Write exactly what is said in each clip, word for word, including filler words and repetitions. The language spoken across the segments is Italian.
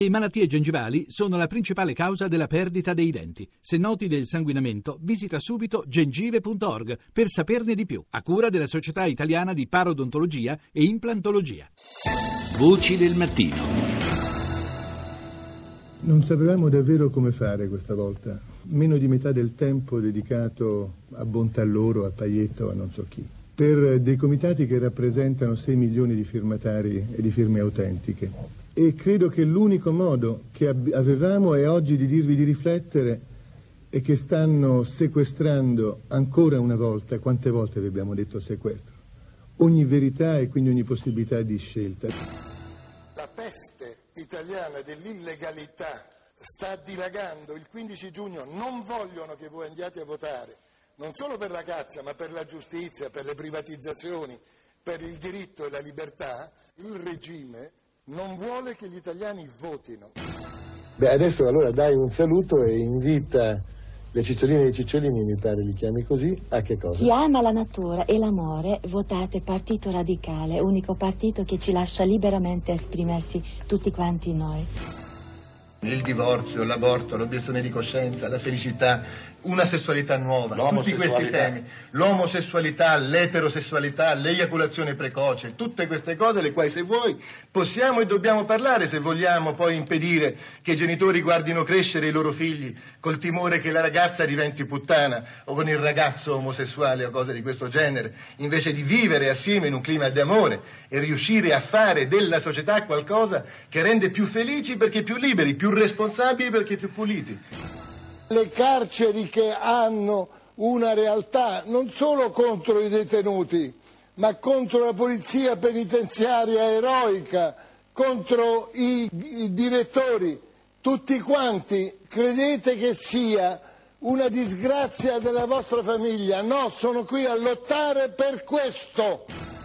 Le malattie gengivali sono la principale causa della perdita dei denti. Se noti del sanguinamento, visita subito gengive punto org per saperne di più, a cura della Società Italiana di Parodontologia e Implantologia. Voci del mattino. Non sapevamo davvero come fare questa volta. Meno di metà del tempo dedicato a Bontalloro, a Paietta o a non so chi. Per dei comitati che rappresentano sei milioni di firmatari e di firme autentiche. E credo che l'unico modo che avevamo è oggi di dirvi di riflettere e che stanno sequestrando ancora una volta, quante volte vi abbiamo detto sequestro, ogni verità e quindi ogni possibilità di scelta. La peste italiana dell'illegalità sta dilagando. Il quindici giugno non vogliono che voi andiate a votare, non solo per la caccia, ma per la giustizia, per le privatizzazioni, per il diritto e la libertà. Il regime non vuole che gli italiani votino. Beh, adesso allora dai un saluto e invita le ciccioline e i cicciolini, mi pare li chiami così, a che cosa? Chi ama la natura e l'amore, votate Partito Radicale, unico partito che ci lascia liberamente esprimersi tutti quanti noi. Il divorzio, l'aborto, l'obiezione di coscienza, la felicità, una sessualità nuova, tutti questi temi, l'omosessualità, l'eterosessualità, l'eiaculazione precoce, tutte queste cose le quali se vuoi possiamo e dobbiamo parlare se vogliamo poi impedire che i genitori guardino crescere i loro figli col timore che la ragazza diventi puttana o con il ragazzo omosessuale o cose di questo genere, invece di vivere assieme in un clima di amore e riuscire a fare della società qualcosa che rende più felici perché più liberi, più responsabili perché più puliti. Le carceri che hanno una realtà non solo contro i detenuti, ma contro la polizia penitenziaria eroica, contro i, i direttori, tutti quanti, credete che sia una disgrazia della vostra famiglia? No, sono qui a lottare per questo.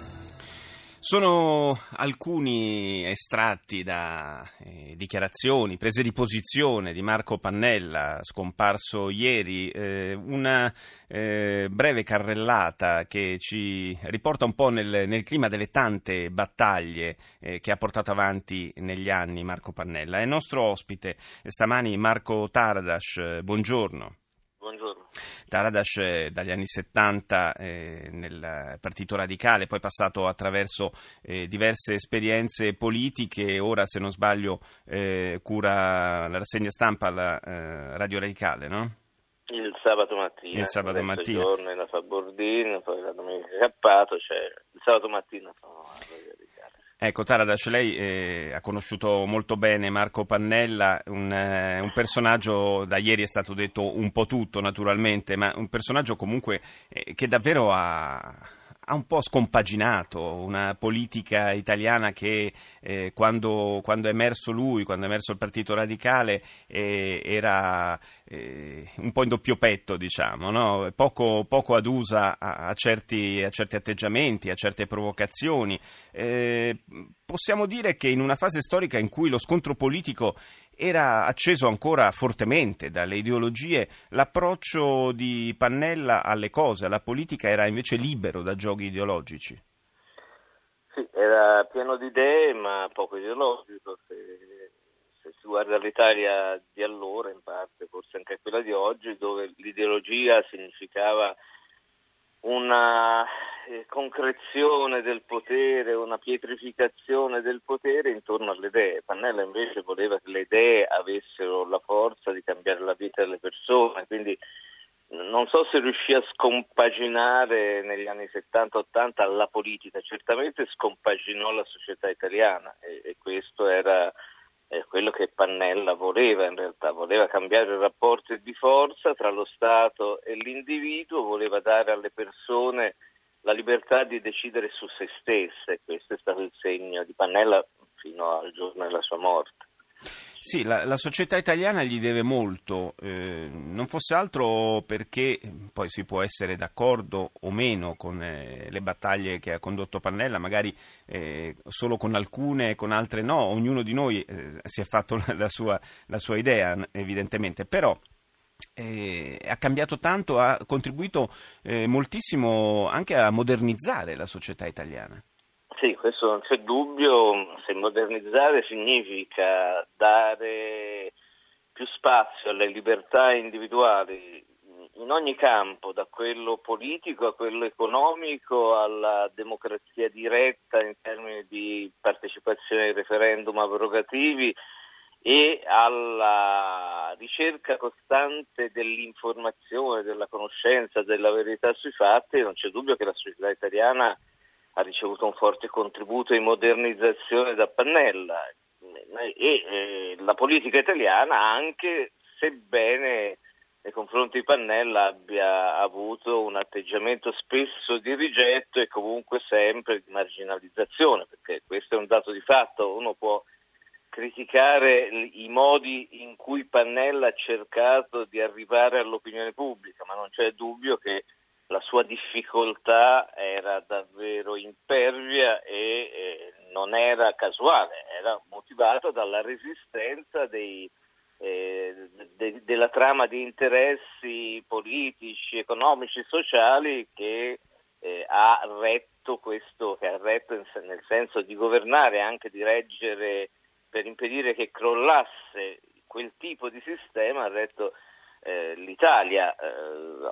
Sono alcuni estratti da eh, dichiarazioni, prese di posizione di Marco Pannella, scomparso ieri, eh, una eh, breve carrellata che ci riporta un po' nel, nel clima delle tante battaglie eh, che ha portato avanti negli anni Marco Pannella. È nostro ospite stamani Marco Taradas, buongiorno. Taradas eh, dagli anni settanta eh, nel Partito Radicale, poi passato attraverso eh, diverse esperienze politiche, ora se non sbaglio eh, cura la rassegna stampa alla eh, Radio Radicale, no? Il sabato mattina, il sabato mattina. Giorno la fa Bordin, poi la domenica Cappato, cioè il sabato mattina sono a Radio Radicale. Ecco, Taradas, lei eh, ha conosciuto molto bene Marco Pannella, un, eh, un personaggio, da ieri è stato detto un po' tutto naturalmente, ma un personaggio comunque eh, che davvero ha... ha un po' scompaginato una politica italiana che eh, quando, quando è emerso lui, quando è emerso il Partito Radicale, eh, era eh, un po' in doppio petto, diciamo, no? Poco, poco adusa a, a, certi, a certi atteggiamenti, a certe provocazioni. Eh, possiamo dire che in una fase storica in cui lo scontro politico era acceso ancora fortemente dalle ideologie, l'approccio di Pannella alle cose, alla politica, era invece libero da giochi ideologici. Sì, era pieno di idee ma poco ideologico. Se, se si guarda l'Italia di allora, in parte, forse anche quella di oggi, dove l'ideologia significava una concrezione del potere, una pietrificazione del potere intorno alle idee. Pannella invece voleva che le idee avessero la forza di cambiare la vita delle persone, quindi non so se riuscì a scompaginare negli anni settanta ottanta la politica, certamente scompaginò la società italiana e, e questo era eh, quello che Pannella voleva in realtà, voleva cambiare i rapporti di forza tra lo Stato e l'individuo, voleva dare alle persone la libertà di decidere su se stesse. Questo è stato il segno di Pannella fino al giorno della sua morte. Sì, la, la società italiana gli deve molto, eh, non fosse altro perché poi si può essere d'accordo o meno con eh, le battaglie che ha condotto Pannella, magari eh, solo con alcune e con altre no, ognuno di noi eh, si è fatto la sua, la sua idea evidentemente, però Eh, ha cambiato tanto, ha contribuito eh, moltissimo anche a modernizzare la società italiana. Sì, questo non c'è dubbio. Se modernizzare significa dare più spazio alle libertà individuali in ogni campo, da quello politico a quello economico, alla democrazia diretta in termini di partecipazione ai referendum abrogativi e alla ricerca costante dell'informazione, della conoscenza, della verità sui fatti, non c'è dubbio che la società italiana ha ricevuto un forte contributo in modernizzazione da Pannella e eh, la politica italiana anche, sebbene nei confronti di Pannella abbia avuto un atteggiamento spesso di rigetto e comunque sempre di marginalizzazione, perché questo è un dato di fatto. Uno può criticare i modi in cui Pannella ha cercato di arrivare all'opinione pubblica, ma non c'è dubbio che la sua difficoltà era davvero impervia e eh, non era casuale, era motivata dalla resistenza dei, eh, de, della trama di interessi politici, economici, sociali che eh, ha retto questo, che ha retto in, nel senso di governare, anche di reggere per impedire che crollasse quel tipo di sistema, ha retto eh, l'Italia. Eh,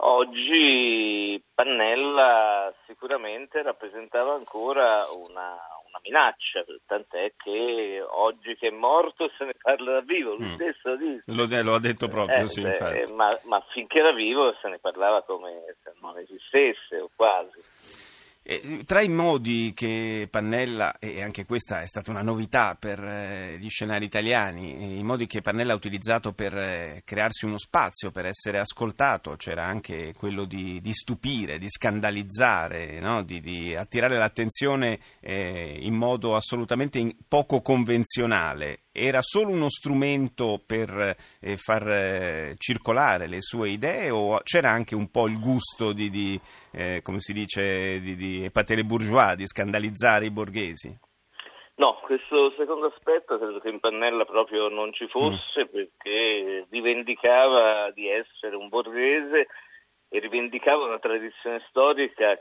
oggi Pannella sicuramente rappresentava ancora una, una minaccia, tant'è che oggi che è morto se ne parla da vivo, lui mm. stesso dice. Lo, lo ha detto proprio, eh, sì, eh, infatti. Ma, ma finché era vivo se ne parlava come se non esistesse o quasi. Eh, tra i modi che Pannella, e anche questa è stata una novità per eh, gli scenari italiani, i modi che Pannella ha utilizzato per eh, crearsi uno spazio, per essere ascoltato, c'era anche quello di, di stupire, di scandalizzare, no? di, di attirare l'attenzione eh, in modo assolutamente in, poco convenzionale. Era solo uno strumento per eh, far eh, circolare le sue idee, o c'era anche un po' il gusto di, di eh, come si dice, di, di épater les bourgeois, di scandalizzare i borghesi? No, questo secondo aspetto credo che in Pannella proprio non ci fosse, mm. perché rivendicava di essere un borghese e rivendicava una tradizione storica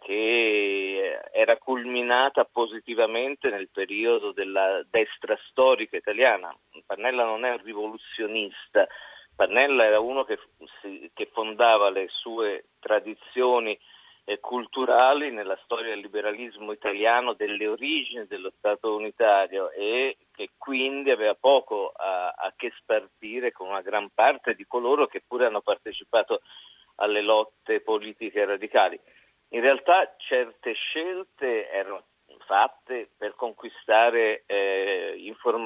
che era culminata positivamente nel periodo della destra storica italiana. Pannella non è un rivoluzionista, Pannella era uno che, che fondava le sue tradizioni eh, culturali nella storia del liberalismo italiano, delle origini dello Stato unitario, e che quindi aveva poco a, a che spartire con una gran parte di coloro che pure hanno partecipato alle lotte politiche radicali. In realtà certe scelte erano fatte per conquistare eh,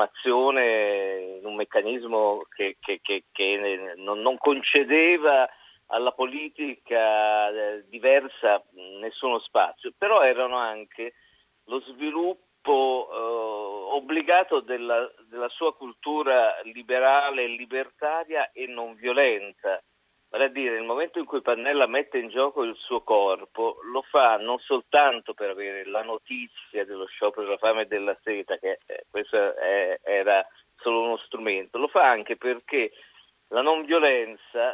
informazione in un meccanismo che, che, che, che non, non concedeva alla politica eh, diversa nessuno spazio, però erano anche lo sviluppo eh, obbligato della, della sua cultura liberale e libertaria e non violenta. Vale a dire, nel momento in cui Pannella mette in gioco il suo corpo, lo fa non soltanto per avere la notizia dello sciopero della fame e della sete, che eh, questo è, era solo uno strumento, lo fa anche perché la non violenza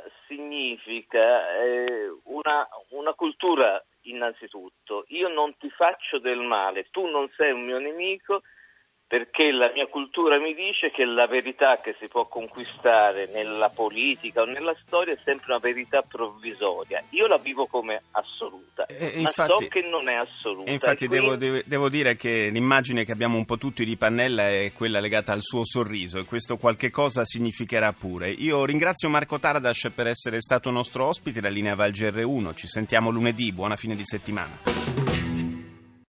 significa eh, una, una cultura innanzitutto. Io non ti faccio del male, tu non sei un mio nemico, perché la mia cultura mi dice che la verità che si può conquistare nella politica o nella storia è sempre una verità provvisoria. Io la vivo come assoluta, eh, ma infatti, so che non è assoluta. E infatti e quindi... devo, devo dire che l'immagine che abbiamo un po' tutti di Pannella è quella legata al suo sorriso, e questo qualche cosa significherà pure. Io ringrazio Marco Taradas per essere stato nostro ospite. La linea va al G R uno, ci sentiamo lunedì, buona fine di settimana.